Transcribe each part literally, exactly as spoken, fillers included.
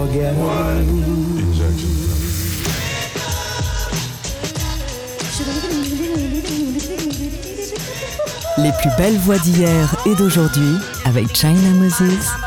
unforgettable. Injection. Les plus belles voix d'hier et d'aujourd'hui avec China Moses.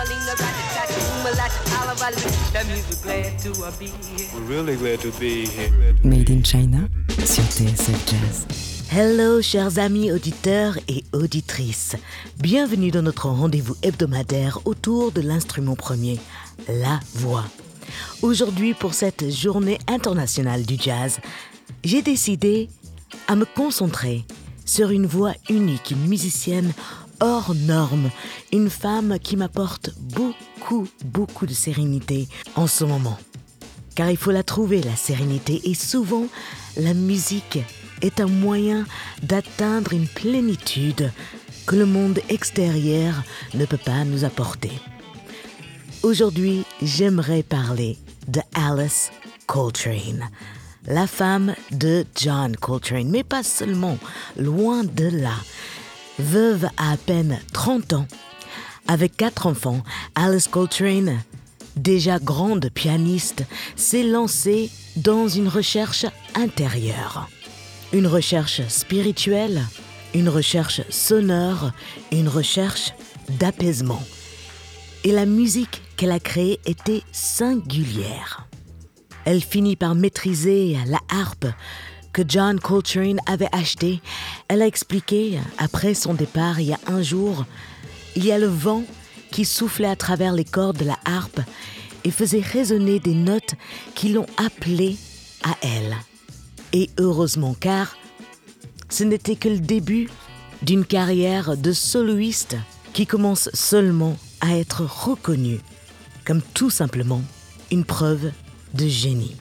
We're really glad to be here. Made in China sur T S F Jazz. Hello chers amis auditeurs et auditrices. Bienvenue dans notre rendez-vous hebdomadaire autour de l'instrument premier, la voix. Aujourd'hui, pour cette journée internationale du jazz, j'ai décidé à me concentrer sur une voix unique, une musicienne hors norme, une femme qui m'apporte beaucoup, beaucoup de sérénité en ce moment. Car il faut la trouver, la sérénité, et souvent, la musique est un moyen d'atteindre une plénitude que le monde extérieur ne peut pas nous apporter. Aujourd'hui, j'aimerais parler de Alice Coltrane, la femme de John Coltrane, mais pas seulement, loin de là. Veuve à à peine trente ans, avec quatre enfants, Alice Coltrane, déjà grande pianiste, s'est lancée dans une recherche intérieure. Une recherche spirituelle, une recherche sonore, une recherche d'apaisement. Et la musique qu'elle a créée était singulière. Elle finit par maîtriser la harpe que John Coltrane avait achetée. Elle a expliqué, après son départ il y a un jour, il y a le vent qui soufflait à travers les cordes de la harpe et faisait résonner des notes qui l'ont appelée à elle. Et heureusement, car ce n'était que le début d'une carrière de soloiste qui commence seulement à être reconnue comme tout simplement une preuve de génie.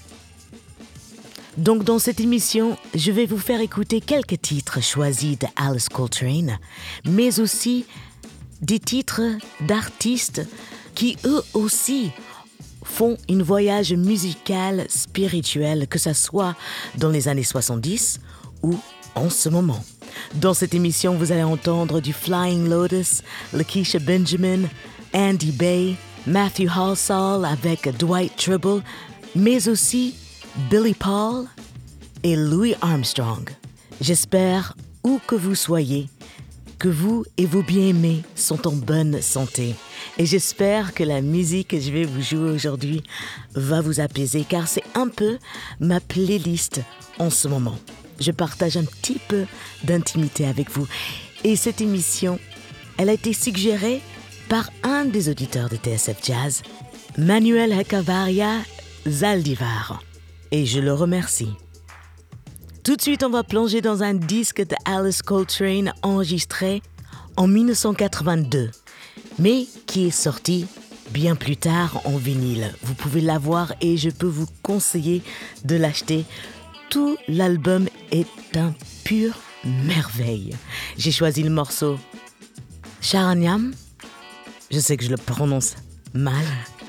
Donc dans cette émission, je vais vous faire écouter quelques titres choisis de Alice Coltrane, mais aussi des titres d'artistes qui eux aussi font un voyage musical, spirituel, que ce soit dans les années soixante-dix ou en ce moment. Dans cette émission, vous allez entendre du Flying Lotus, Lakeisha Benjamin, Andy Bay, Matthew Halsall avec Dwight Tribble, mais aussi Billy Paul et Louis Armstrong. J'espère, où que vous soyez, que vous et vos bien-aimés sont en bonne santé. Et j'espère que la musique que je vais vous jouer aujourd'hui va vous apaiser, car c'est un peu ma playlist en ce moment. Je partage un petit peu d'intimité avec vous. Et cette émission, elle a été suggérée par un des auditeurs de T S F Jazz, Manuel Hechavarria Zaldivar. Et je le remercie. Tout de suite, on va plonger dans un disque de Alice Coltrane enregistré en dix-neuf cent quatre-vingt-deux, mais qui est sorti bien plus tard en vinyle. Vous pouvez l'avoir et je peux vous conseiller de l'acheter. Tout l'album est un pur merveille. J'ai choisi le morceau Charanyam. Je sais que je le prononce mal,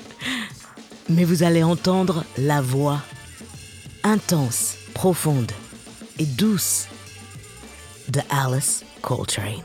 mais vous allez entendre la voix intense, profonde et douce de Alice Coltrane.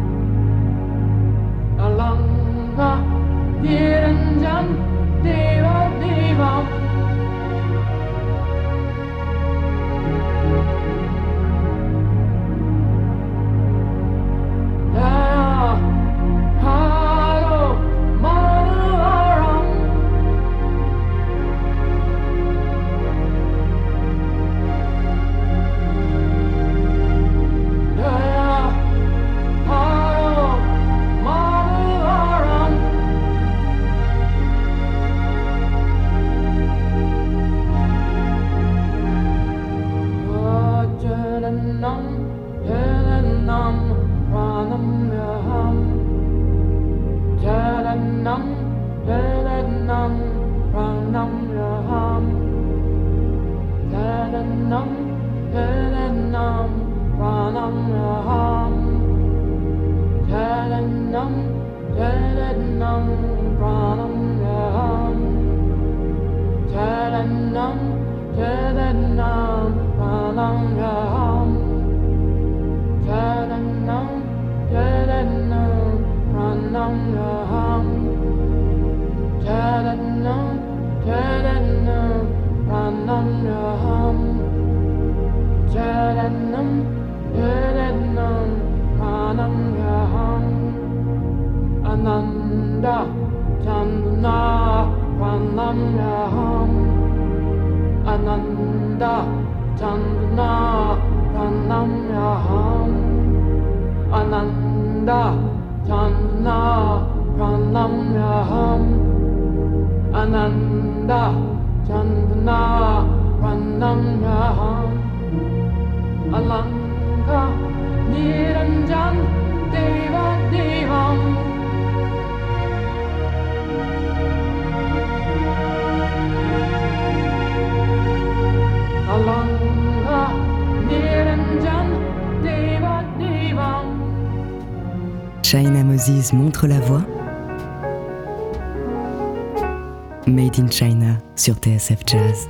Niranjan Deva Ananda Chandana Pranamyaham Ananda Chandana Pranamyaham Ananda Chandana Pranamyaham Ananda Chandana Pranamyaham Alanka Niranjan Deva Devam Alanga Niranjan Deva Devam. China Moses montre la voie. Made in China sur T S F Jazz.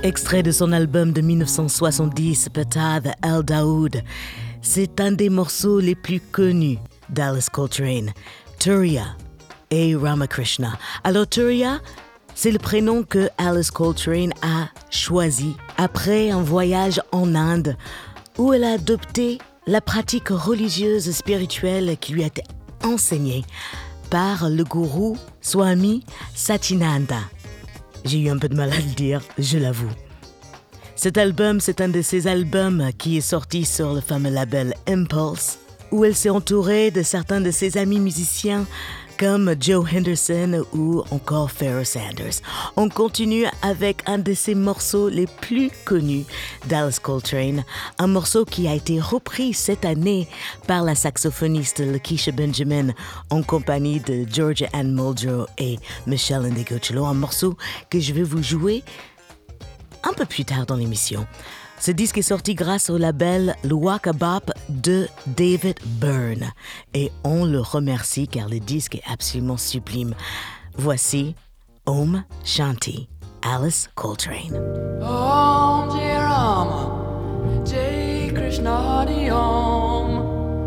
Extrait de son album de dix-neuf cent soixante-dix, Patad El Daoud. C'est un des morceaux les plus connus d'Alice Coltrane, Turiya et Ramakrishna. Alors Turiya, c'est le prénom que Alice Coltrane a choisi après un voyage en Inde où elle a adopté la pratique religieuse et spirituelle qui lui a été enseignée par le gourou Swami Satyananda. J'ai eu un peu de mal à le dire, je l'avoue. Cet album, c'est un de ces albums qui est sorti sur le fameux label Impulse, où elle s'est entourée de certains de ses amis musiciens comme Joe Henderson ou encore Pharoah Sanders. On continue avec un de ses morceaux les plus connus d'Alice Coltrane, un morceau qui a été repris cette année par la saxophoniste Lakeisha Benjamin en compagnie de Georgia Ann Muldrow et Michelle Ndegeocello, un morceau que je vais vous jouer un peu plus tard dans l'émission. Ce disque est sorti grâce au label Waka Bop de David Byrne et on le remercie car le disque est absolument sublime. Voici Om Shanti, Alice Coltrane. Om Jai Rama, Jai Krishna Hari Om.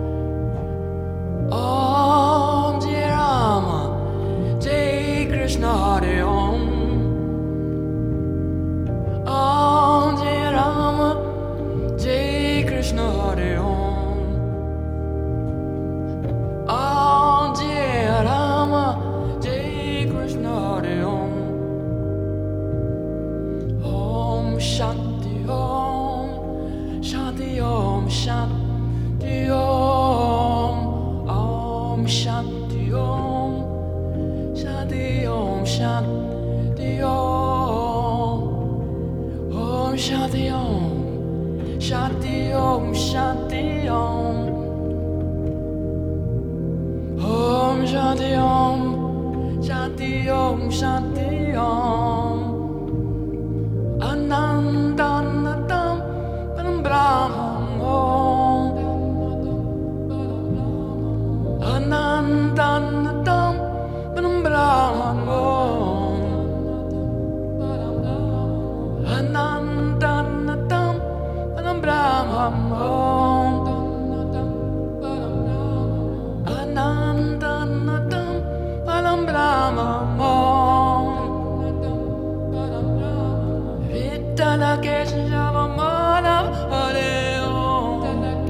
Om Jai Rama, Jai Krishna Hari Om. Om Jai Rama, Jai Krishna Hare Om. Om Jai Rama, Jai Krishna Hare Om. Om Shanti Om, Shanti Om, Shanti Om. Om Shanti Om, Shanti Om, Shanti Om. Om Shanti Om, Shanti Om, Shanti Om. Om Shanti Om, Shanti Om, Shanti Om. Anandanatam Param Brahman Om. Anandanatam Param Brahman Om. Anandanatam Param Brahman Om. Anandanatam Param Brahman Om. Vittala Keshava Madhava Hare Om.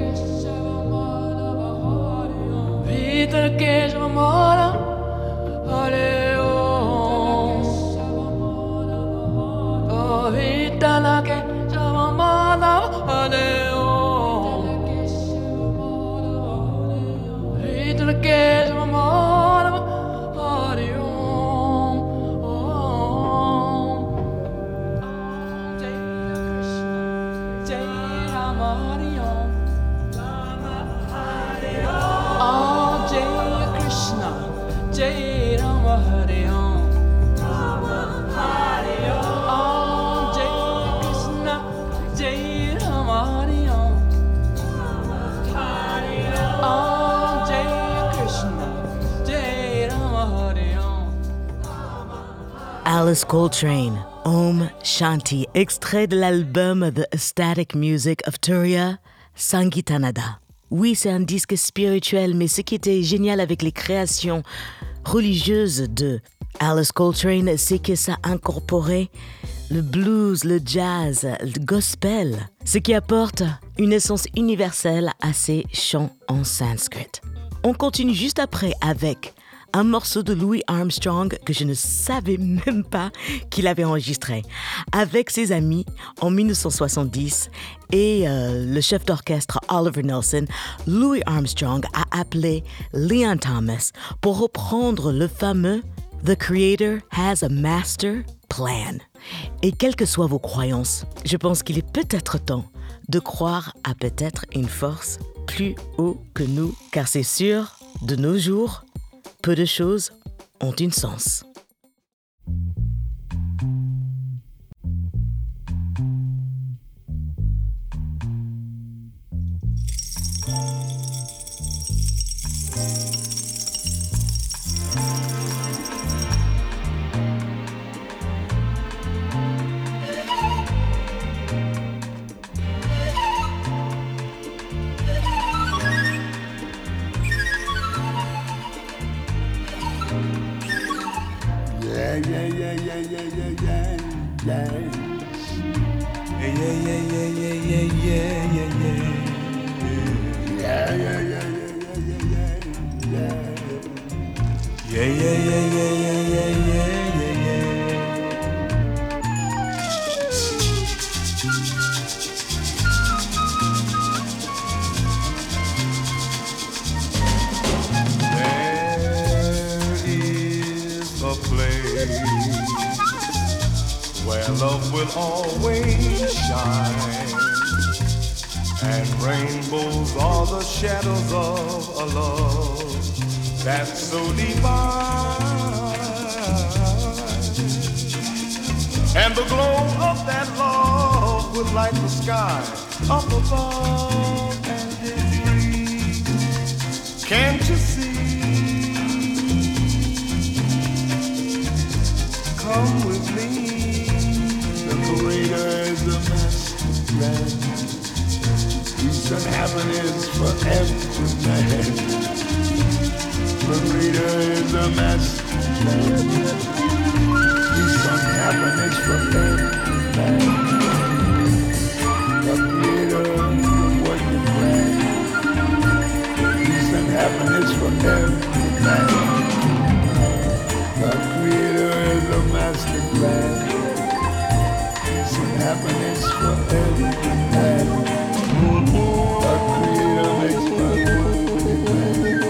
Vittala Keshava Madhava Hare Om. Oh, Vittala Keshava Madhava Hare Om. Vittala Keshava Madhava Hare Om. Om Jai Krishna, Jai Rama Hare Om. Om Jai Krishna, Jai Rama Hare Om. Om Jai Krishna, Jai Rama Hare Om. Om Jai Krishna, Jai Rama Hare Om. Alice Coltrane, Om Shanti, extrait de l'album The Ecstatic Music of Turiya Sangeetananda. Oui, c'est un disque spirituel, mais ce qui était génial avec les créations religieuses de Alice Coltrane, c'est que ça incorporait le blues, le jazz, le gospel, ce qui apporte une essence universelle à ces chants en sanskrit. On continue juste après avec un morceau de Louis Armstrong que je ne savais même pas qu'il avait enregistré avec ses amis en dix-neuf cent soixante-dix et euh, le chef d'orchestre Oliver Nelson. Louis Armstrong a appelé Leon Thomas pour reprendre le fameux The Creator has a Master Plan. Et quelles que soient vos croyances, je pense qu'il est peut-être temps de croire à peut-être une force plus haut que nous, car c'est sûr, de nos jours, peu de choses ont un sens. yeah, yeah, yeah, yeah, yeah, yeah, yeah, yeah. Yeah, yeah, yeah, yeah, yeah, yeah, yeah. Yeah, yeah, yeah, yeah, yeah, yeah, yeah, yeah, yeah. Where love will always shine, and rainbows are the shadows of a love that's so divine. And the glow of that love will light the sky up above and it's free. Can't you see? Come with me. The greater is the master plan. Peace and happiness for every man. The greater is the master plan. Peace and happiness for every man. The greater is what you plan. Peace and happiness for every man. The creator is a master plan. Peace and happiness for every man. The creator makes perfect plan.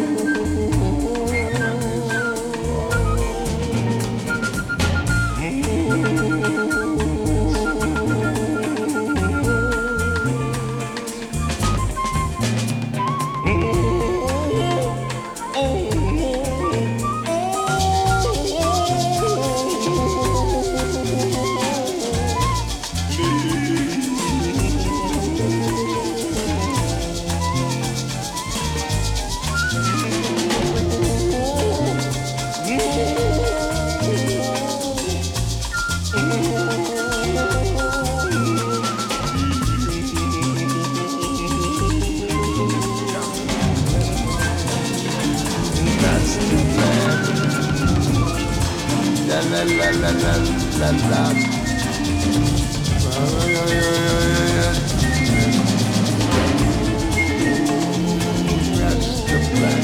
La la la la la la. Oh, yeah, yeah, yeah, yeah. That's the plan.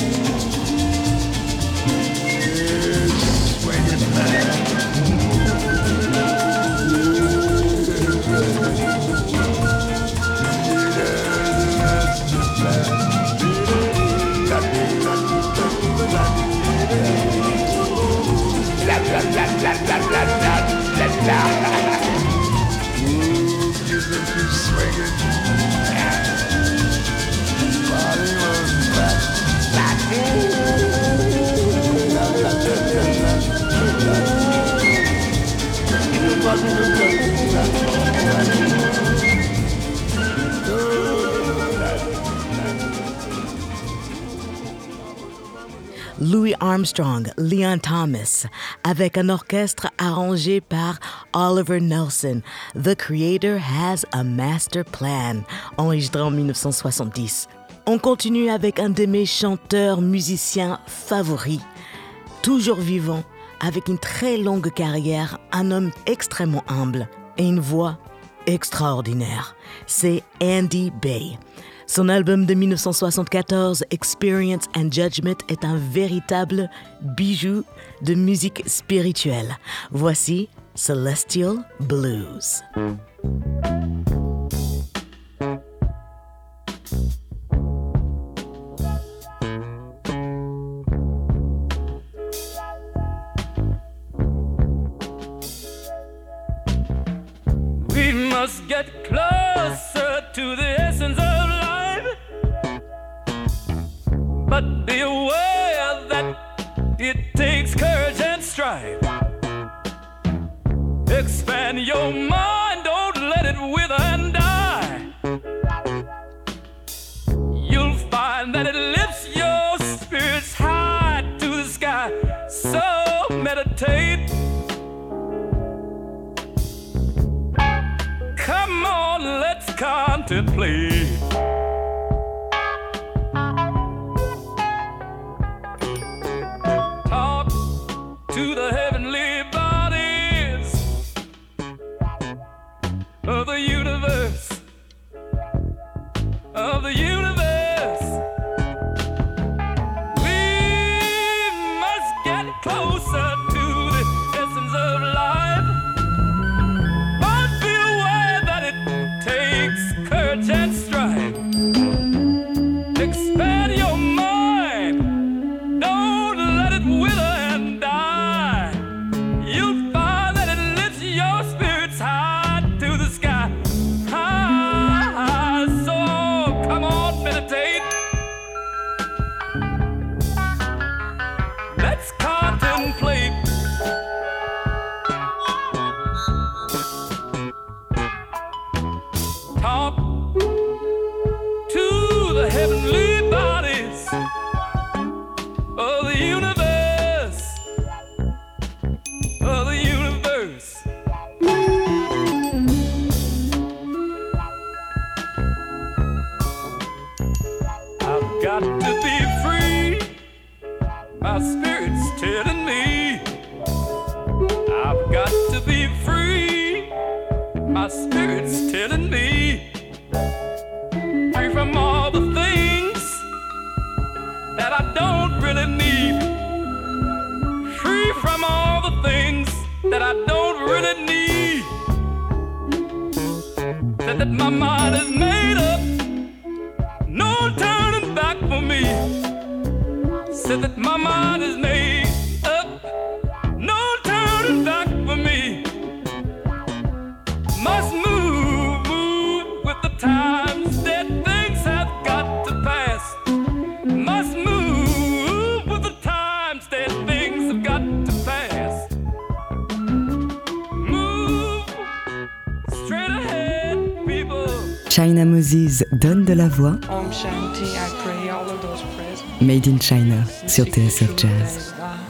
Yes, swinging man. That's the plan. La la la la la la la. Ooh, music is swinging. Body was back. La la la Louis Armstrong, Leon Thomas, avec un orchestre arrangé par Oliver Nelson. The Creator Has a Master Plan, enregistré en dix-neuf cent soixante-dix. On continue avec un de mes chanteurs musiciens favoris, toujours vivant, avec une très longue carrière, un homme extrêmement humble et une voix extraordinaire. C'est Andy Bey. Son album de dix-neuf cent soixante-quatorze, Experience and Judgment, est un véritable bijou de musique spirituelle. Voici Celestial Blues. We must get closer to the essence of life, but be aware that it takes courage and strife. Expand your mind, don't let it wither and die. You'll find that it lifts your spirits high to the sky. So meditate. Come on, let's contemplate. Talk to the heavenly bodies. of the universe, of the universe. We must get closer to the essence of life, but be aware that it takes courage and strife. Expand your mind, don't let it wither and die. You'll find that it lifts your spirits high to the sky. High, so come on, meditate. Let's contemplate. Talk to the heavenly bodies of the universe, of the universe. I've got to be free, my spirit's telling me. I've got to be free, my spirit's telling me. Free from all the things that I don't really need. Free from all the things that I don't really need. Said that my mind is made up, no turning back for me. Said that my mind is made up, no turning back for me. Must move, move with the times that things have got to pass. Must move with the times that things have got to pass. Move straight ahead, people. China Moses donne de la voix. Om Shanti, I pray all of those present. Made in China sur T S F Jazz.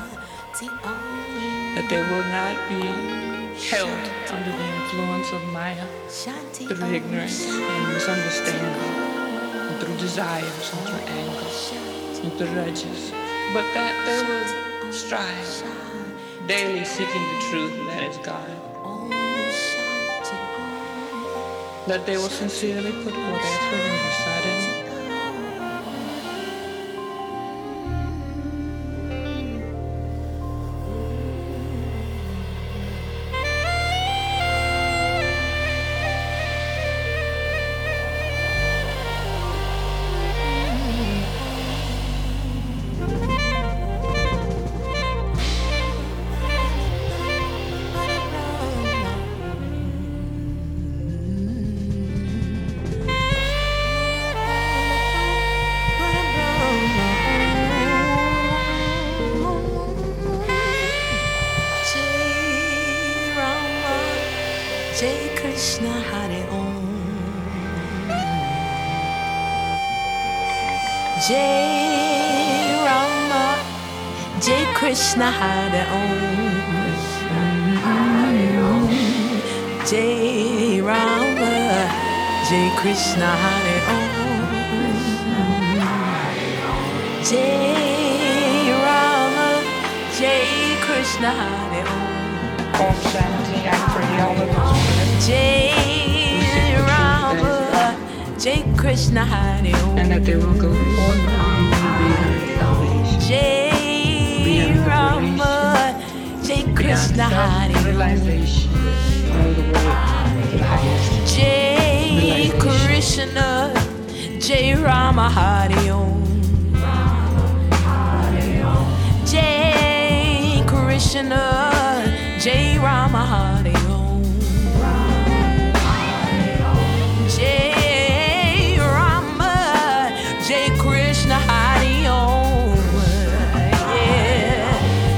That they will not be held under the influence of Maya through ignorance and misunderstanding, and through desires and through anger and through grudges, but that they will strive, daily seeking the truth that is God. That they will sincerely put forth effort and recite it. Krishna Hare Om. Jai Rama, Jai Krishna Hare Om. Jai Rama, Jai Krishna Hare Om. Jai Rama, Jai Krishna Hare Om. Om Shanti, I pray all of those present. Jai Rama, Jai Krishna Hare Om. And that they will go forth beyond salvation. Jai Rama, Jai Krishna Hare Om. Realization of the way to the highest. Jai Krishna, Jai Rama Hare Om. Jai Krishna, Jai Rama Hare Om. Jai Rama, Jai Krishna Hare Om. Yeah.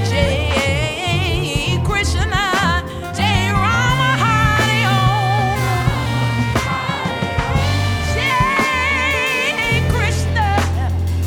Jai Krishna, Jai Rama Hare Om. Jai Krishna,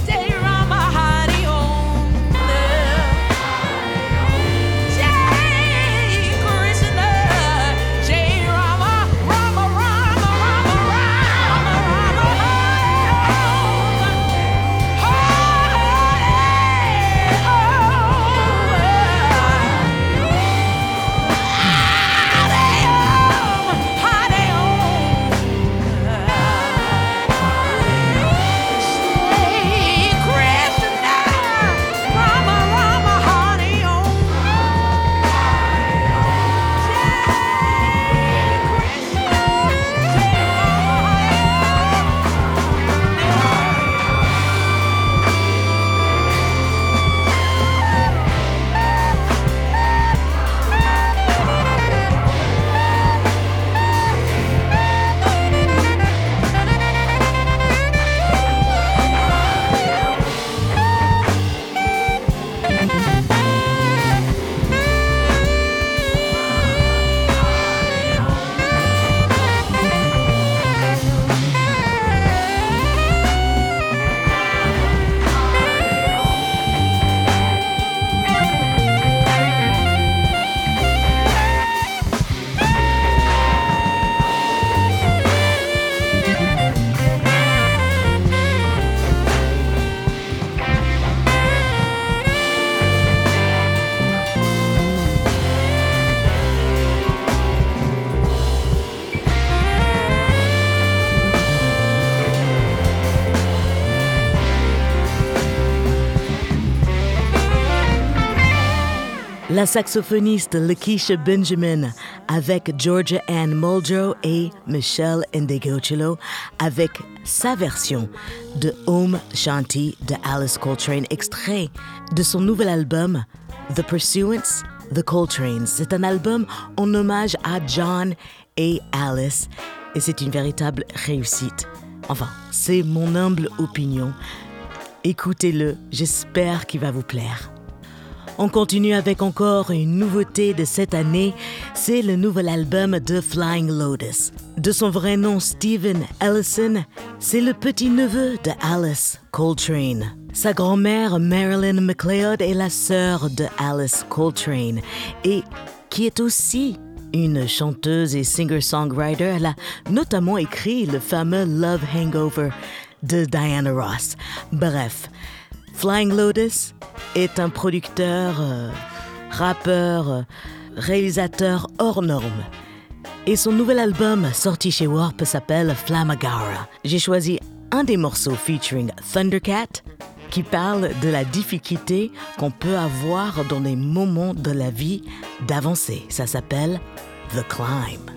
La saxophoniste Lakeisha Benjamin avec Georgia Ann Muldrow et Michelle Ndegeocello avec sa version de Om Shanti de Alice Coltrane, extrait de son nouvel album The Pursuance, The Coltranes. C'est un album en hommage à John et Alice et c'est une véritable réussite. Enfin, c'est mon humble opinion. Écoutez-le, j'espère qu'il va vous plaire. On continue avec encore une nouveauté de cette année, c'est le nouvel album de Flying Lotus. De son vrai nom Steven Ellison, c'est le petit-neveu de Alice Coltrane. Sa grand-mère Marilyn McLeod est la sœur de Alice Coltrane et qui est aussi une chanteuse et singer-songwriter. Elle a notamment écrit le fameux Love Hangover de Diana Ross. Bref, Flying Lotus est un producteur, euh, rappeur, euh, réalisateur hors norme. Et son nouvel album sorti chez Warp s'appelle Flammagara. J'ai choisi un des morceaux featuring Thundercat qui parle de la difficulté qu'on peut avoir dans des moments de la vie d'avancer. Ça s'appelle The Climb.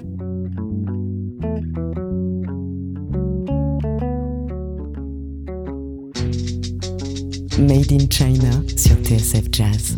Made in China sur T S F Jazz.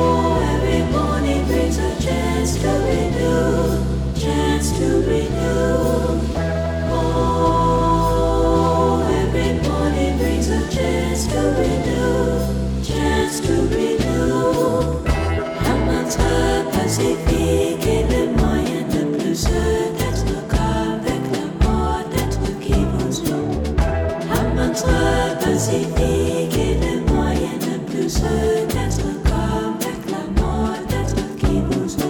Chance to renew. Pacifique est le moyen le plus sûr d'être qu'avec la mort, d'être qui vous suit.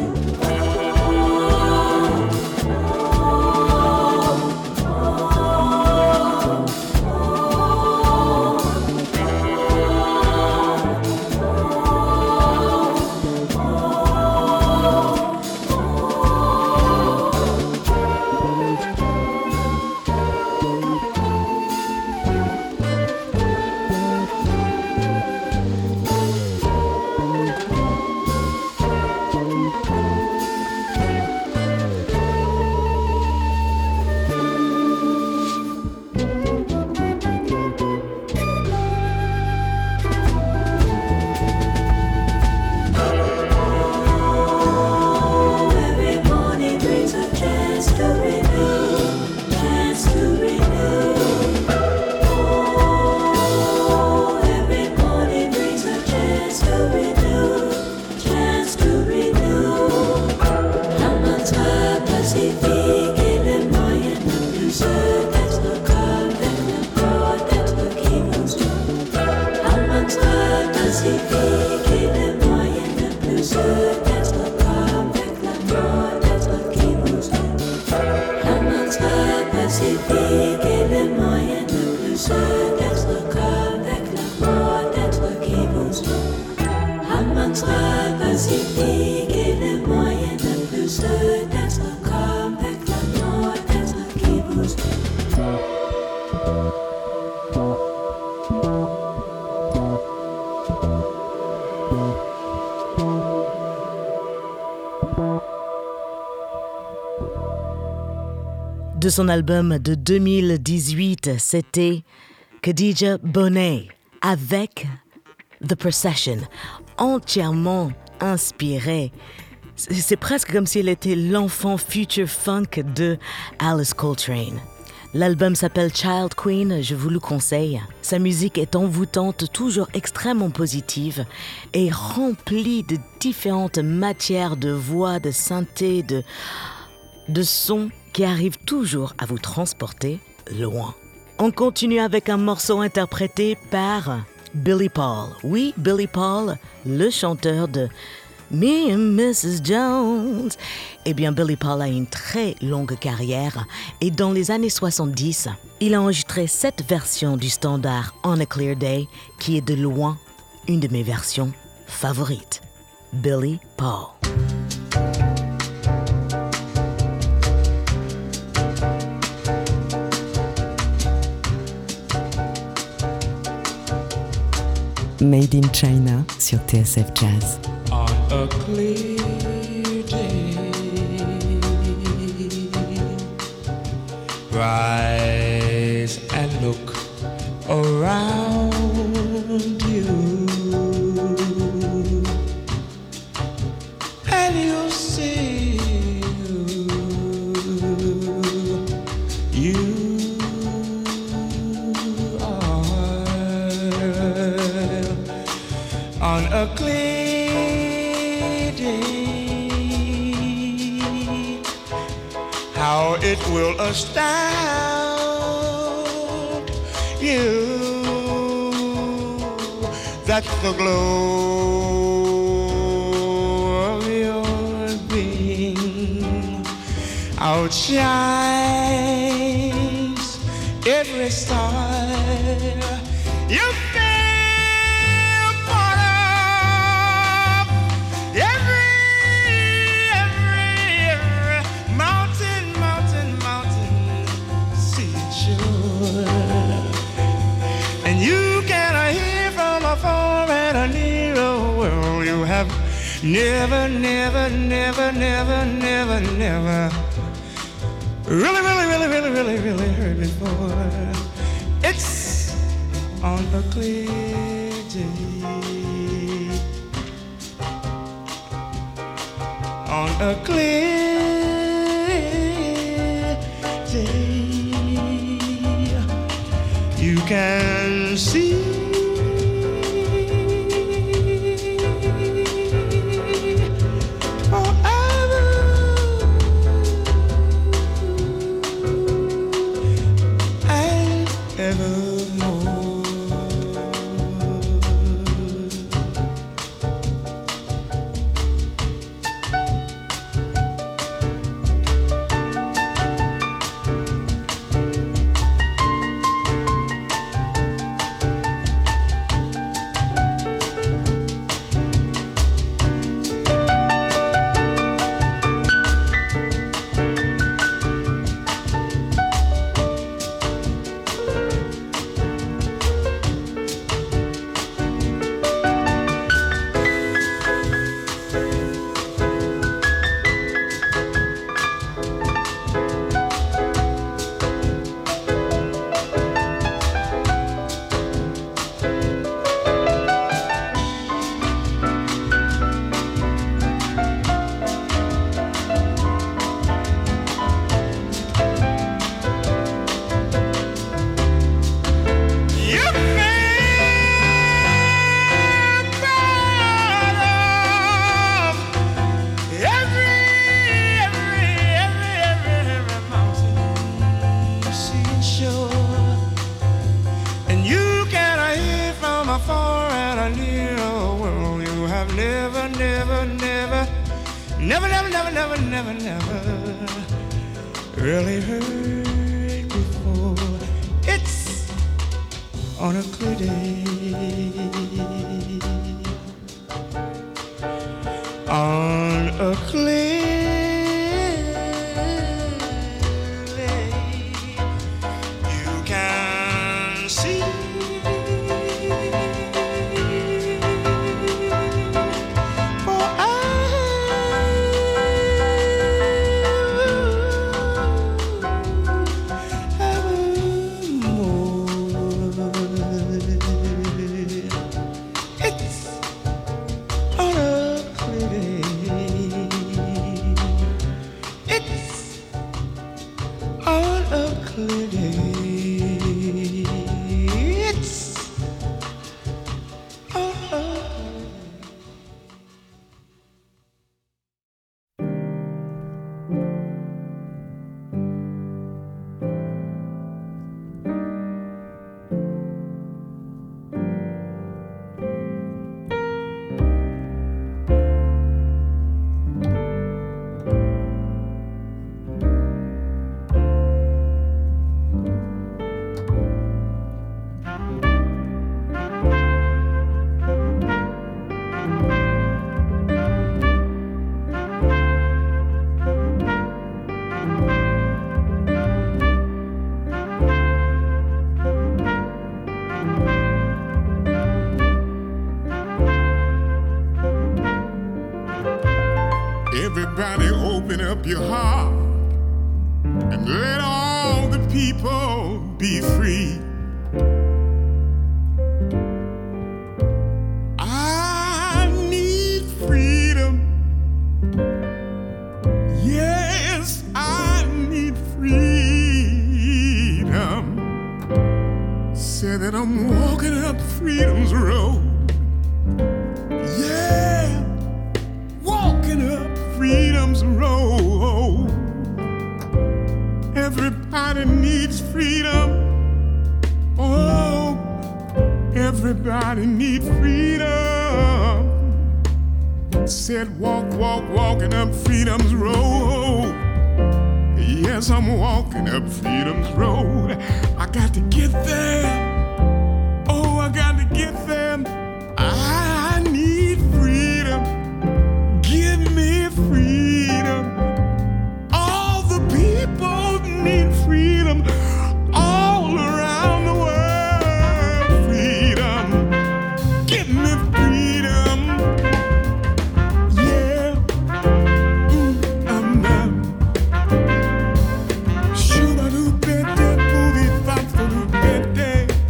De son album de deux mille dix-huit, c'était Khadija Bonnet avec The Procession, entièrement inspirée. C'est presque comme si elle était l'enfant future funk de Alice Coltrane. L'album s'appelle Child Queen, je vous le conseille. Sa musique est envoûtante, toujours extrêmement positive et remplie de différentes matières de voix, de synthé, de, de sons qui arrivent toujours à vous transporter loin. On continue avec un morceau interprété par Billy Paul. Oui, Billy Paul, le chanteur de Me and missus Jones. Eh bien, Billy Paul a une très longue carrière et dans les années soixante-dix, il a enregistré cette version du standard On a Clear Day qui est de loin une de mes versions favorites. Billy Paul. Made in China sur T S F Jazz. On a clear day, rise and look around you, and you'll see you, you are on a clear day. How it will astound you that the glow of your being outshines every star. You feel part of every, every, every mountain, mountain, mountain, sea and shore. And you can hear from afar and a nearer world you have never, never, never, never, never, never really, really, really, really, really, really heard before. It's on a clear day, on a clear day, you can see evermore. far and a near world you have never, never, never, never, never, never, never, never, never really heard before. It's on a clear day, on a clear day, you can see. Everybody open up your heart and let all the people be free. I need freedom. Yes, I need freedom. Say that I'm walking up freedom's road. Yeah, walking up freedom's road. Everybody needs freedom. Oh, everybody needs freedom. Said walk, walk, walking up freedom's road. Yes, I'm walking up freedom's road. I got to get there. Oh, I got to get there. I need freedom. Give me freedom. All the people need freedom all around the world. Freedom. Give me freedom. Yeah. Mm, I'm not. Shoo-ba-doo-ba-da, booty-ba-ba-doo-ba-da.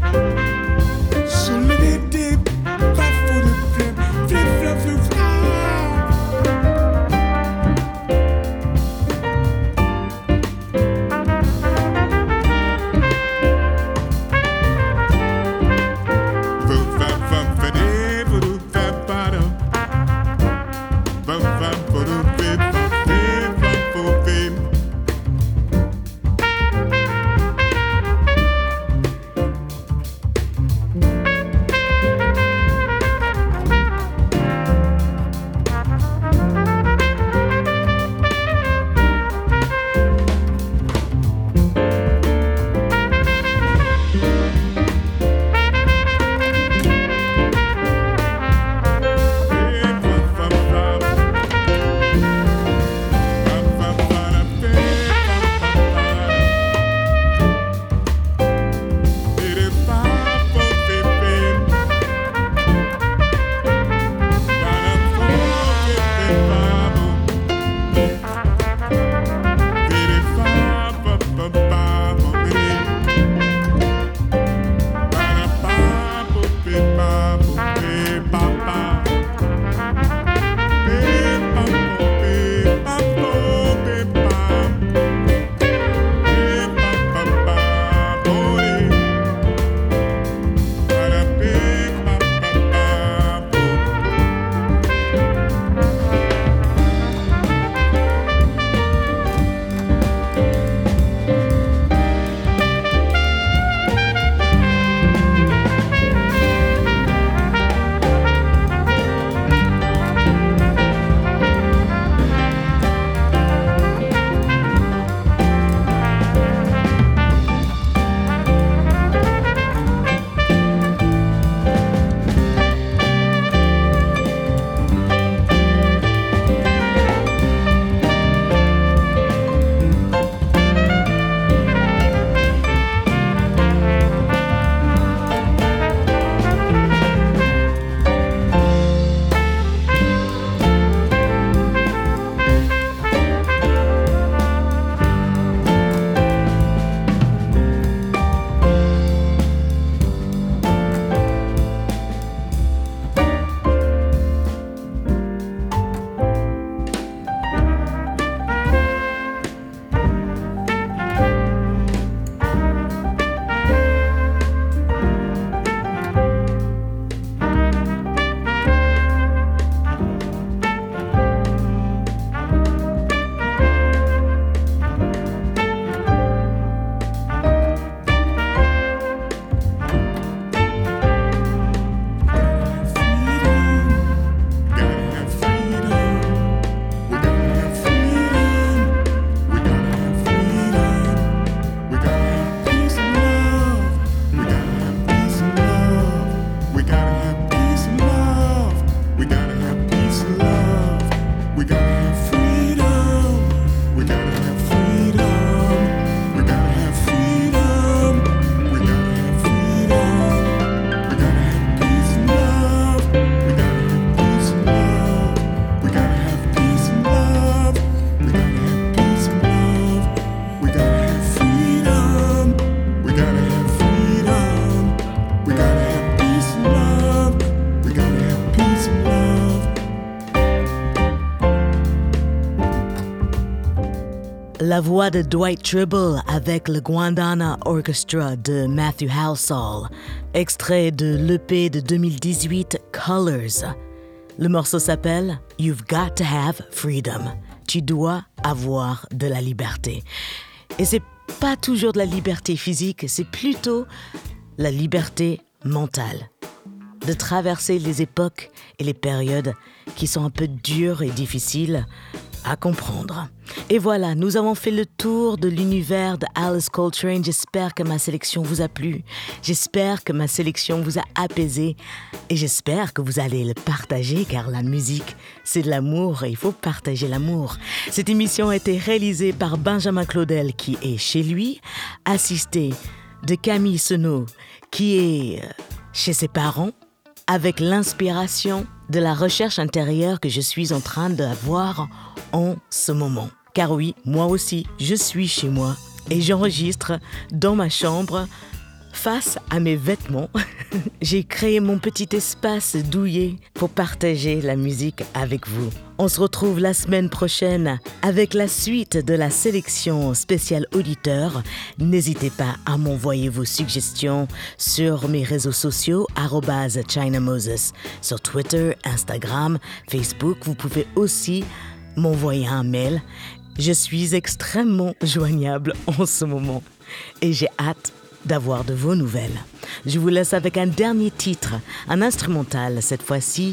La voix de Dwight Tribble avec le Guandana Orchestra de Matthew Halsall, extrait de l'E P de deux mille dix-huit Colors. Le morceau s'appelle You've Got to Have Freedom. Tu dois avoir de la liberté. Et c'est pas toujours de la liberté physique, c'est plutôt la liberté mentale. De traverser les époques et les périodes qui sont un peu dures et difficiles à comprendre. Et voilà, nous avons fait le tour de l'univers de Alice Coltrane. J'espère que ma sélection vous a plu. J'espère que ma sélection vous a apaisé. Et j'espère que vous allez le partager, car la musique, c'est de l'amour et il faut partager l'amour. Cette émission a été réalisée par Benjamin Claudel, qui est chez lui, assisté de Camille Senot, qui est chez ses parents, avec l'inspiration de la recherche intérieure que je suis en train d'avoir en ce moment. Car oui, moi aussi, je suis chez moi et j'enregistre dans ma chambre face à mes vêtements. J'ai créé mon petit espace douillet pour partager la musique avec vous. On se retrouve la semaine prochaine avec la suite de la sélection spéciale auditeur. N'hésitez pas à m'envoyer vos suggestions sur mes réseaux sociaux, arobase China Moses, sur Twitter, Instagram, Facebook. Vous pouvez aussi m'envoyer un mail. Je suis extrêmement joignable en ce moment et j'ai hâte d'avoir de vos nouvelles. Je vous laisse avec un dernier titre, un instrumental cette fois-ci,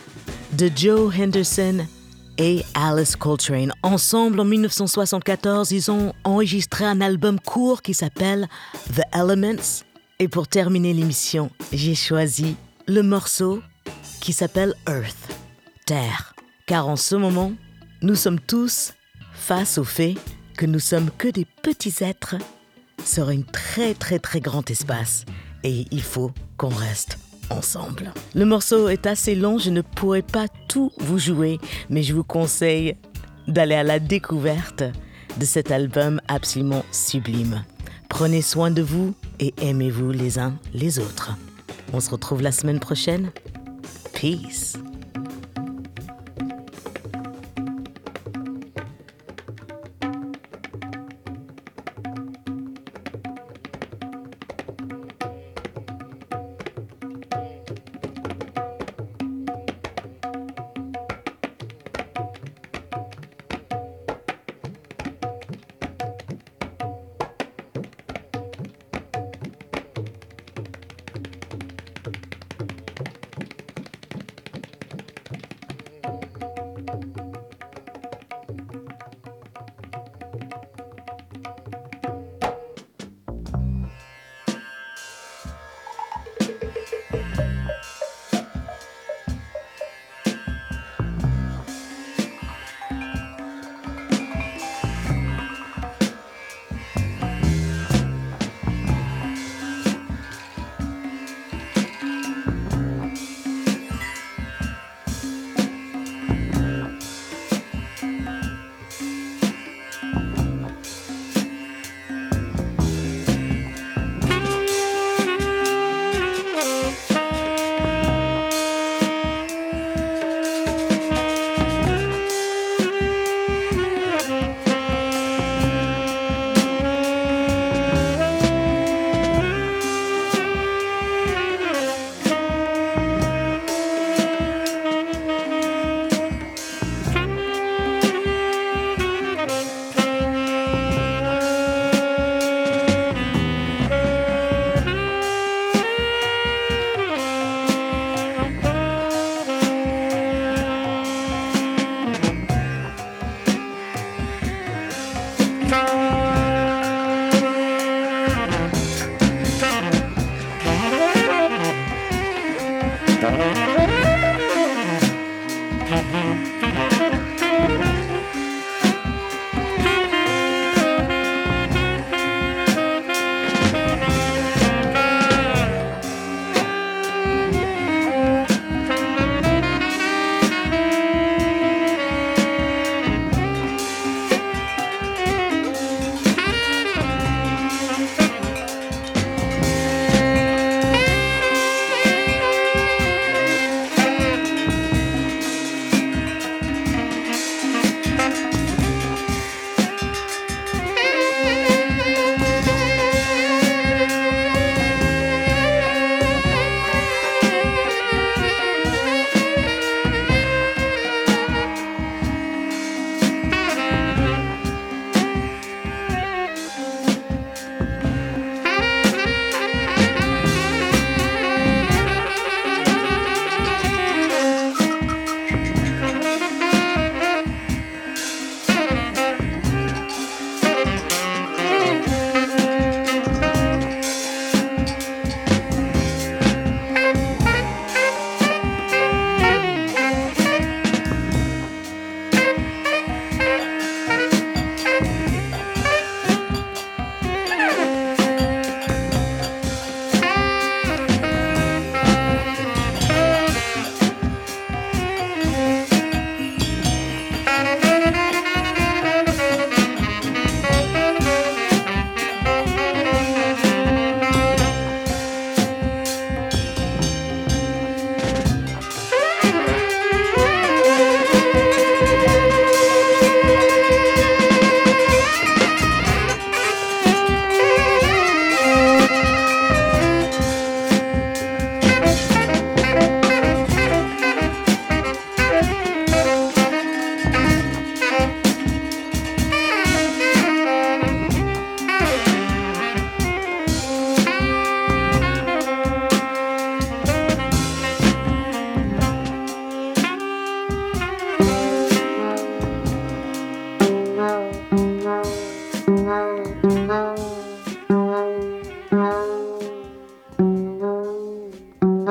de Joe Henderson et Alice Coltrane. Ensemble, en dix-neuf cent soixante-quatorze, ils ont enregistré un album court qui s'appelle The Elements. Et pour terminer l'émission, j'ai choisi le morceau qui s'appelle Earth, Terre. Car en ce moment, nous sommes tous face au fait que nous sommes que des petits êtres sur un très très très grand espace et il faut qu'on reste ensemble. Le morceau est assez long, je ne pourrai pas tout vous jouer, mais je vous conseille d'aller à la découverte de cet album absolument sublime. Prenez soin de vous et aimez-vous les uns les autres. On se retrouve la semaine prochaine. Peace.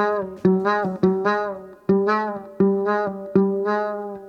Thank you.